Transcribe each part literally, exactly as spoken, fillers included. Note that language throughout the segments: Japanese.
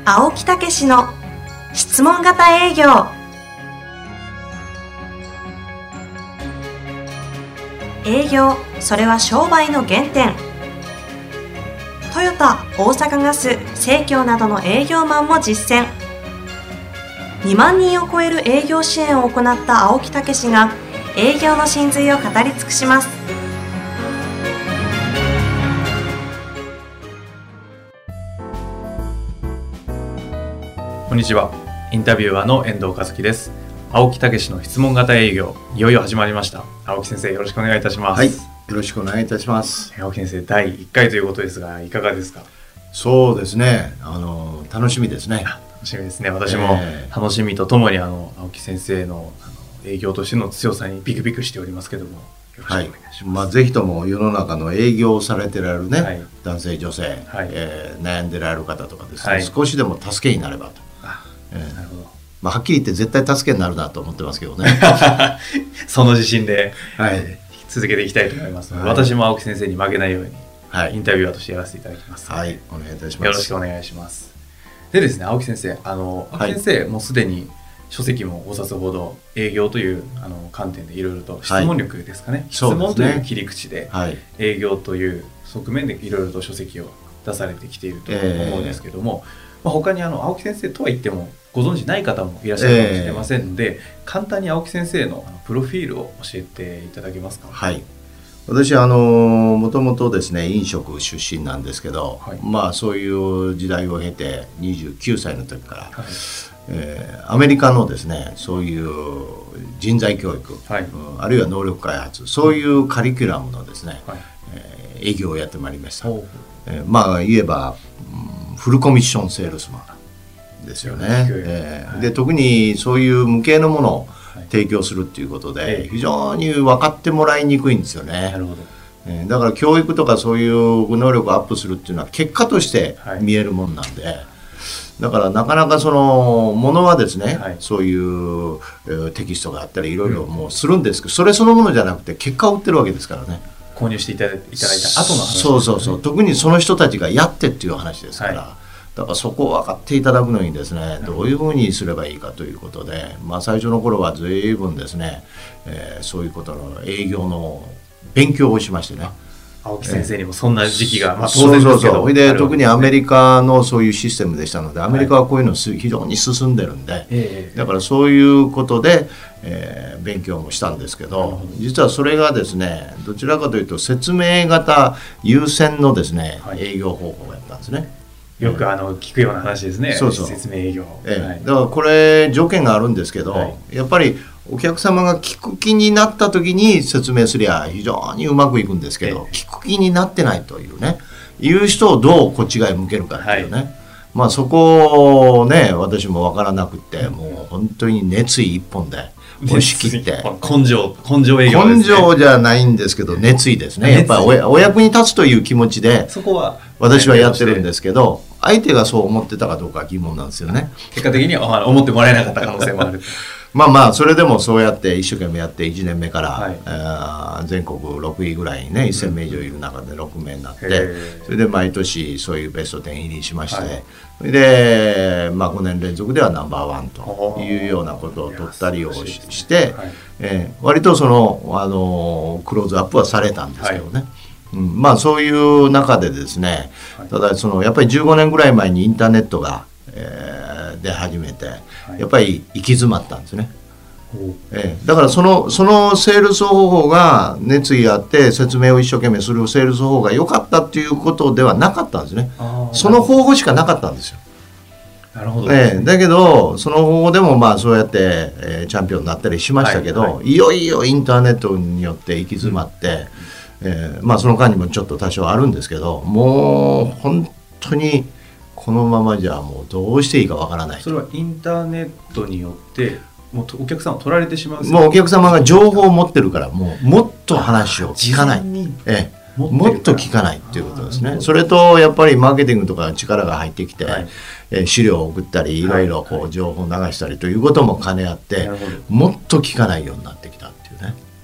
青木武の質問型営業。営業、それは商売の原点。トヨタ、大阪ガス、生協などの営業マンも実践。にまんにんを超える営業支援を行った青木武が営業の真髄を語り尽くします。 こんにちは。インタビュアーの遠藤和樹です。青木武の質問型営業、いよいよ始まりました。青木先生、よろしくお願いいたします。 はい、よろしくお願いいたします。 青木先生、だいいっかいということですが、いかがですか？ そうですね、あの楽しみですね。 楽しみですね。私も楽しみとともに、あの青木先生の、あの営業としての強さにビクビクしておりますけども、よろしくお願いします。 はい、まあ、ぜひとも世の中の営業をされてられるね、はい、男性女性、はい、えー、悩んでられる方とかですね、はい、少しでも助けになればと。あ、えー、なるほど。まあ、はっきり言って絶対助けになるなと思ってますけどね。 その自信で、 はい、 続けていきたいと思いますので、はい、私も青木先生に負けないように、はい、インタビュアーとしてやらせていただきます。 はい、お願いいたします。 よろしくお願いします。でですね、青木先生、あの青木先生、はい、もうすでに書籍もごさつほど営業というあの観点でいろいろと質問力ですかね、はい、質問という切り口で、はい、営業という側面でいろいろと書籍を出されてきていると思うんですけども、えーまあ、他にあの青木先生とは言ってもご存じない方もいらっしゃるかもしれませんので、えー、簡単に青木先生のあのプロフィールを教えていただけますか？ はい、私あのもともとですね飲食出身なんですけど、はい、まあそういう時代を経てにじゅうきゅうさいの時から、はい、えー、アメリカのですねそういう人材教育、はい、うん、あるいは能力開発、そういうカリキュラムのですね、はい、えー、営業をやってまいりました。えー、まあ言えば、うん、フルコミッションセールスマンですよね。えーはい、で特にそういう無形のものを提供するっていうことで非常に分かってもらいにくいんですよね。なるほど。えー、だから教育とかそういう能力をアップするっていうのは結果として見えるもんなんで、はい、だからなかなかそのものはですね、はい、そういう、えー、テキストがあったりいろいろもうするんですけど、それそのものじゃなくて結果を売ってるわけですからね。 購入していただいた後の話ですね。 そうそうそう。特にその人たちがやってっていう話ですから、はい、だからそこを分かっていただくのにですね、どういうふうにすればいいかということで、まあ、最初の頃は随分ですね、えー、そういうことの営業の勉強をしましてね。 青木先生にもそんな時期が、えーまあ、 当然ですけど、そうそうそう。で特にアメリカのそういうシステムでしたので、アメリカはこういうの非常に進んでるんで、はい、だからそういうことで、えー、勉強もしたんですけど、実はそれがですねどちらかというと説明型優先のですね、はい、営業方法をやったんですね。 よくあの聞くような話ですね。そうそう、説明営業、 えーはい、だからこれ条件があるんですけど、はい、やっぱりお客様が聞く気になった時に説明すりゃ非常にうまくいくんですけど、えー、聞く気になってないというね、いう人をどうこっち側へ向けるかっていうね、はい、まあそこをね私も分からなくって、うん、もう本当に熱意一本で押し切って、 根性根性営業ですね。 根性じゃないんですけど熱意ですね。やっぱり お, お役に立つという気持ちでそこは私はやってるんですけど、相手がそう思ってたかどうか疑問なんですよね。 結果的には思ってもらえなかった可能性もある。 まあまあそれでもそうやって一生懸命やっていちねんめから、はい、あ全国ろくいぐらいにねせんめい以上いる中でろくめいになって、うん、それで毎年そういうベストじゅう入りしまして、はい、それで、まあ、ごねん連続ではナンバーワンというようなことを取ったりを し, して、はい、えー、割とその、あのクローズアップはされたんですけどね、はい、うん、まあそういう中でですね、ただそのやっぱりじゅうごねんぐらい前にインターネットが、えー、出始めてやっぱり行き詰まったんですね。えー、だからその、そのセールス方法が熱意あって説明を一生懸命するセールス方法が良かったっていうことではなかったんですね。その方法しかなかったんですよ。 なるほど、 えー、だけどその方法でもまあそうやって、えー、チャンピオンになったりしましたけど、はいはい、いよいよインターネットによって行き詰まって、うん、えー、まあその間にもちょっと多少あるんですけど、もう本当にこのままじゃもうどうしていいかわからない。 それはインターネットによってもうお客様を取られてしまう。 もうお客様が情報を持ってるからもうもっと話を聞かない、ええ、もっと聞かないっていうことですね。それとやっぱりマーケティングとか力が入ってきて、はい、え資料を送ったりいろいろこう情報を流したりということも兼ね合って、はいはい、もっと聞かないようになってきたっていうね。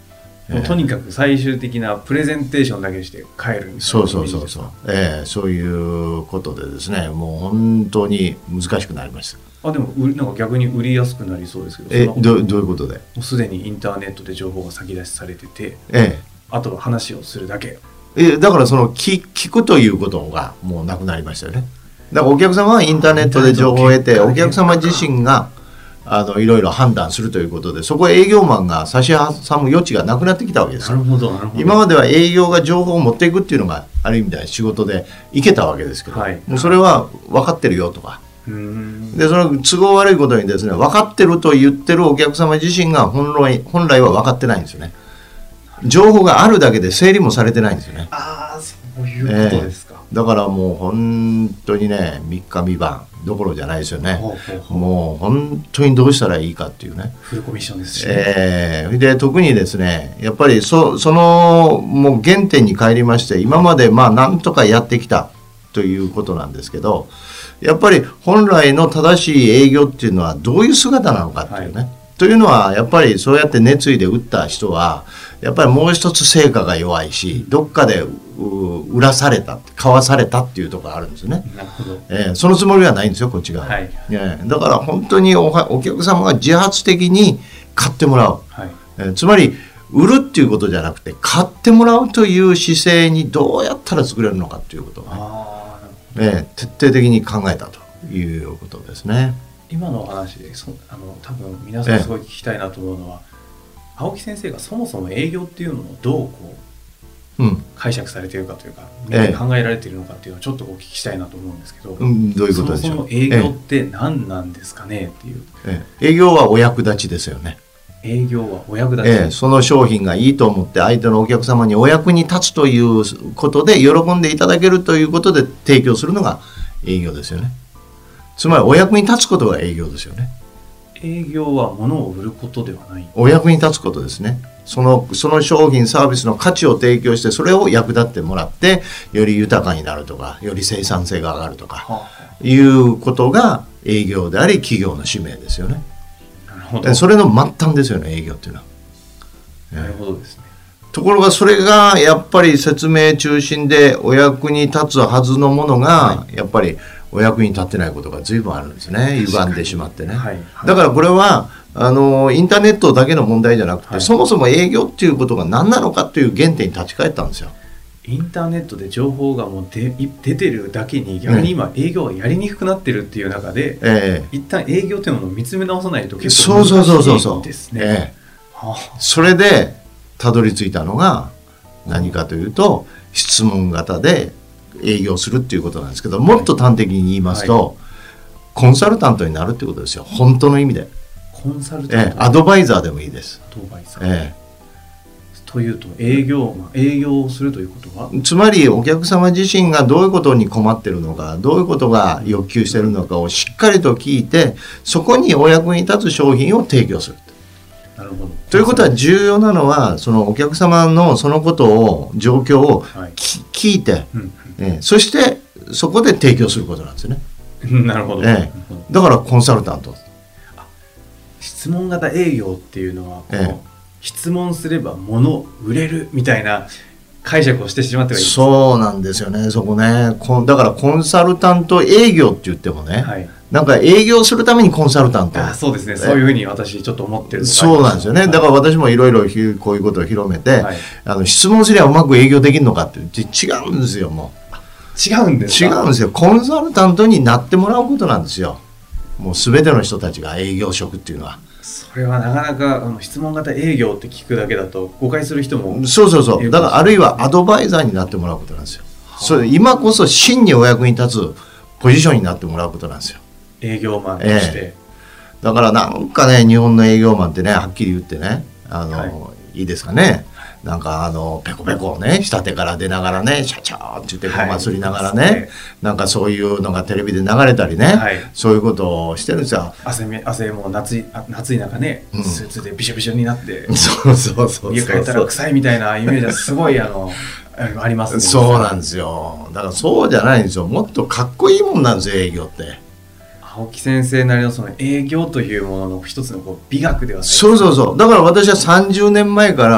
もうとにかく最終的なプレゼンテーションだけして帰るみたいなイメージですか？ そうそうそうそう、えー、そういうことでですね、もう本当に難しくなりました。 あでもなんか逆に売りやすくなりそうですけど、 え ど, どういうことで？もうすでにインターネットで情報が先出しされてて、 ええ、 あとは話をするだけ。 えだからその 聞, 聞くということがもうなくなりましたよね。だからお客様はインターネットで情報を得て、お客様自身があのいろいろ判断するということで、そこへ営業マンが差し挟む余地がなくなってきたわけですよ。 なるほどなるほど。 今までは営業が情報を持っていくっていうのがある意味では仕事でいけたわけですけど、はい、もうそれは分かってるよとか、うーんでその都合悪いことにですね、分かってると言ってるお客様自身が本来、本来は分かってないんですよね。情報があるだけで整理もされてないんですよね。 ああ、そういうことですか。 えー、だからもう本当にね、みっかみばんどころじゃないですよね。ほうほうほう。もう本当にどうしたらいいかっていうね。 フルコミッションですし、 ね。えー、で特にですね、やっぱり そ, そのもう原点に帰りまして、今までまあなんとかやってきたということなんですけど、やっぱり本来の正しい営業っていうのはどういう姿なのかっていうね。はい、というのはやっぱりそうやって熱意で打った人はやっぱりもう一つ成果が弱いし、どっかで売らされた買わされたっていうところがあるんですね。 なるほど。 えー、そのつもりはないんですよこっちが、はい、えー、だから本当に お, お客様が自発的に買ってもらう、はい、えー、つまり売るっていうことじゃなくて買ってもらうという姿勢にどうやったら作れるのかということを、ね、あ、えー、徹底的に考えたということですね。 今のお話でそあの多分皆さんすごい聞きたいなと思うのは、ええ、青木先生がそもそも営業っていうのをどうこう、うん、解釈されているかというか、ええ、考えられているのかっていうのをちょっとお聞きしたいなと思うんですけど、 うん、どういうことでしょう。 そもそも営業って何なんですかねっていう、 ええ、営業はお役立ちですよね。 営業はお役立ち、 ええ、その商品がいいと思って相手のお客様にお役に立つということで喜んでいただけるということで提供するのが営業ですよね。つまりお役に立つことが営業ですよね。 営業は物を売ることではない。 お役に立つことですね。その、その商品サービスの価値を提供して、それを役立ってもらってより豊かになるとか、より生産性が上がるとか、はあ、いうことが営業であり企業の使命ですよね。 なるほど。 それの末端ですよね、営業っていうのは。 なるほどですね。 ところがそれがやっぱり説明中心でお役に立つはずのものが、やっぱりお役に立ってないことが随分あるんですね。歪んでしまってね、はいはい、だからこれはあのインターネットだけの問題じゃなくて、はい、そもそも営業っていうことが何なのかという原点に立ち返ったんですよ。 インターネットで情報がもうで出てるだけに逆に今営業がやりにくくなってるっていう中で、ええ、一旦営業というものを見つめ直さないと結構難しいですね。 ええはあ、それでたどり着いたのが何かというと、質問型で営業するっていうことなんですけど、もっと端的に言いますと、はい、コンサルタントになるってことですよ。本当の意味でコンサルタント、 ええ、アドバイザーでもいいです。 アドバイザー、ええ、というと営業営業をするということは、 つまりお客様自身がどういうことに困ってるのか、どういうことが欲求しているのかをしっかりと聞いて、そこにお役に立つ商品を提供する。 なるほど。 ということは重要なのは、そのお客様のそのことを状況を、はい、聞いて、うんえー、そしてそこで提供することなんですよね。 なるほど、 えー、だからコンサルタント。 あ、質問型営業っていうのはこの、えー、質問すれば物売れるみたいな解釈をしてしまってはいいですか。 そうなんですよね。そこね、だからコンサルタント営業って言ってもね、はい、なんか営業するためにコンサルタント。 あ、そうですね。そういうふうに私ちょっと思ってる。 そうなんですよね。はい、だから私もいろいろこういうことを広めて、はい、あの質問すればうまく営業できるのかって違うんですよ。もう違うんですか。 違うんですよ。コンサルタントになってもらうことなんですよ。もう全ての人たちが営業職っていうのは。 それはなかなかあの質問型営業って聞くだけだと誤解する人も。 そうそうそう。だからあるいはアドバイザーになってもらうことなんですよ。それ今こそ真にお役に立つポジションになってもらうことなんですよ。 営業マンとして、えー、だからなんかね、日本の営業マンってね、はっきり言ってね、あの、はい、いいですかね、なんかあのペコペコをね、下手から出ながらね、シャチャーって言ってごますりながらね、はい、なんかそういうのがテレビで流れたりね、はい、そういうことをしてるんですよ。 汗汗も夏い夏い中ね、うん、スーツでびしょびしょになって、 そうそうそう、 家帰ったら臭いみたいなイメージはすごいあのありますね。 そうなんですよ。だからそうじゃないんですよ。もっとかっこいいもんなんですよ、営業って。 青木先生なりのその営業というものの一つのこう美学ではないですか。 そうそうそう。だから私はさんじゅうねんまえから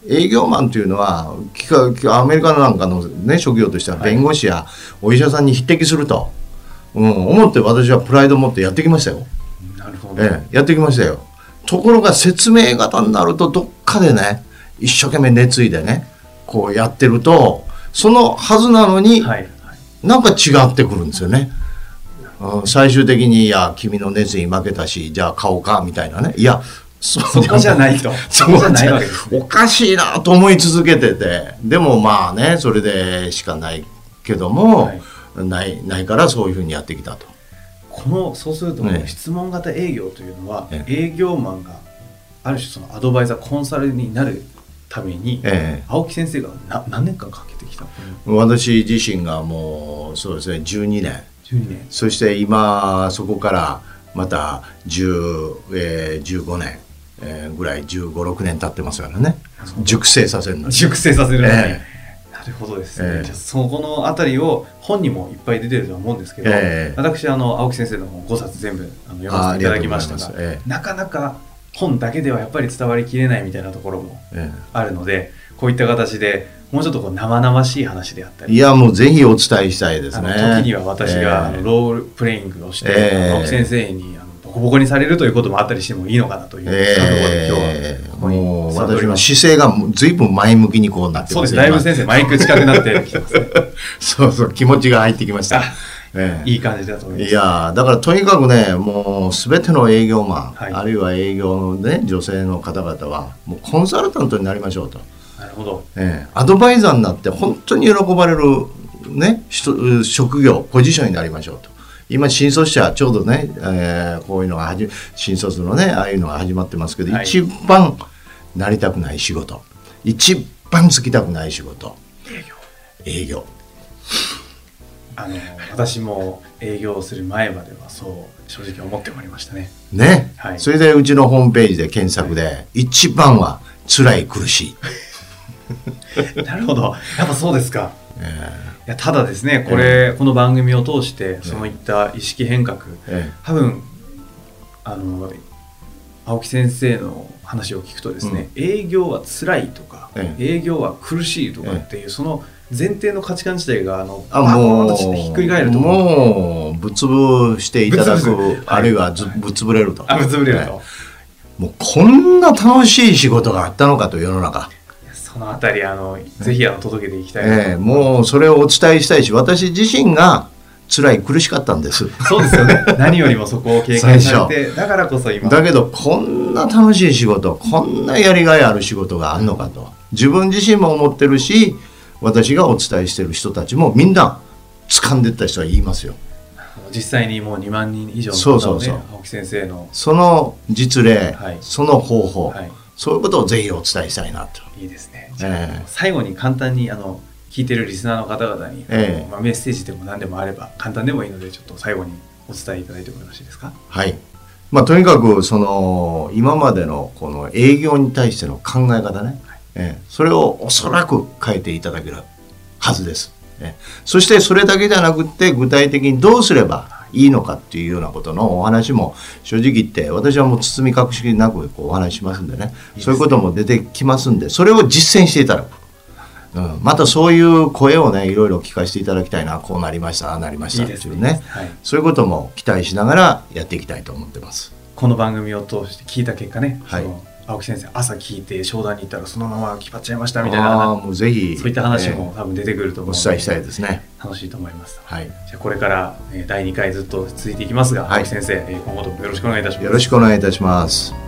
営業マンというのはアメリカなんかの、ね、職業としては弁護士やお医者さんに匹敵すると、うん、思って私はプライドを持ってやってきましたよ。 なるほど、 ええ、やってきましたよ。ところが説明型になるとどっかでね一生懸命熱意でねこうやってるとそのはずなのに、はいはい、なんか違ってくるんですよね。最終的にいや君の熱意負けたしじゃあ買おうかみたいなね、いやそ, そこじゃないとそこじゃないわけです、ね、 おかしいなと思い続けてて、でもまあねそれでしかないけども、はい、ないないからそういうふうにやってきたと。 このそうすると、ね、質問型営業というのは、ね、営業マンがある種そのアドバイザーコンサルになるために、ええ、青木先生がな何年間かけてきたの？私自身がもうそうですねじゅうにねん、 じゅうにねん、 そして今そこからまたじゅう、えー、じゅうごねん、えー、ぐらいじゅうご、ろくねん経ってますからね。熟成させるのに熟成させるのに、えー、なるほどですね、えー、じゃあそこのあたりを本にもいっぱい出てると思うんですけど、えー、私あの青木先生の本ごさつ全部あの読ませていただきましたが、えー、なかなか本だけではやっぱり伝わりきれないみたいなところもあるので、えー、こういった形でもうちょっとこう生々しい話であったり、 いやもうぜひお伝えしたいですね。 時には私が、えー、ロールプレイングをして、えー、青木先生にあのボコボコにされるということもあったりしてもいいのかなという、えー、今日はもう私の姿勢がずいぶん前向きにこうなってます。 そうです、だいぶ先生マイク近くなってきてますねそうそう、気持ちが入ってきました。 ええ、いい感じだと思います。 いやだからとにかくねもう全ての営業マン、はい、あるいは営業の、ね、女性の方々はもうコンサルタントになりましょうと。 なるほど、 ええ、アドバイザーになって本当に喜ばれる、ね、職業ポジションになりましょうと。今新卒者ちょうどね、えー、こういうのがはじ新卒のねああいうのが始まってますけど、はい、一番なりたくない仕事、一番つきたくない仕事、営業営業あの私も営業する前まではそう正直思っておりましたね。 ね、はい、それでうちのホームページで検索で、はい、一番は辛い苦しいなるほど、やっぱそうですか。えー、いやただですねこれ、えー、この番組を通してそういった意識変革、えー、多分あの青木先生の話を聞くとですね、うん、営業は辛いとか、えー、営業は苦しいとかっていう、えー、その前提の価値観自体があのあもうひっくり返るともうぶつぶしていただく、あるいはずぶつぶれると、 あぶつぶれると、 はい、もうこんな楽しい仕事があったのかと世の中、 そのあたりあのぜひあの届けていきたいなと、 えー、もうそれをお伝えしたいし、私自身が辛い苦しかったんです。 そうですよね何よりもそこを経験されてだからこそ今だけどこんな楽しい仕事、こんなやりがいある仕事があるのかと自分自身も思ってるし、私がお伝えしている人たちもみんな掴んでいった人は言いますよ。 実際にもうにまんにん以上の方をね、そうそうそう青木先生のその実例、はい、その方法、はい、そういうことをぜひお伝えしたいなと。 いいですね。じゃあ、えー、最後に簡単にあの聞いてるリスナーの方々に、えーまあ、メッセージでも何でもあれば簡単でもいいのでちょっと最後にお伝えいただいてもよろしいですか。 はい、まあ、とにかくその今までのこの営業に対しての考え方ね、はい、えー、それをおそらく変えていただけるはずです、えー、そしてそれだけじゃなくって具体的にどうすればいいのかっていうようなことのお話も正直言って私はもう包み隠しなくこうお話しますんでね、いいですね、そういうことも出てきますんでそれを実践していただく、うん、またそういう声をねいろいろ聞かせていただきたいな、こうなりましたああなりましたっていうね、はい、そういうことも期待しながらやっていきたいと思ってます。 この番組を通して聞いた結果ね、はい、その青木先生朝聞いて商談に行ったらそのまま決まっちゃいましたみたいな、 あもうぜひそういった話も多分出てくると思うので、 お伝えしたいですね。 楽しいと思います、 はい、 じゃあこれからだいにかいずっと続いていきますが、はい、青木先生今後ともよろしくお願いいたします。 よろしくお願いいたします。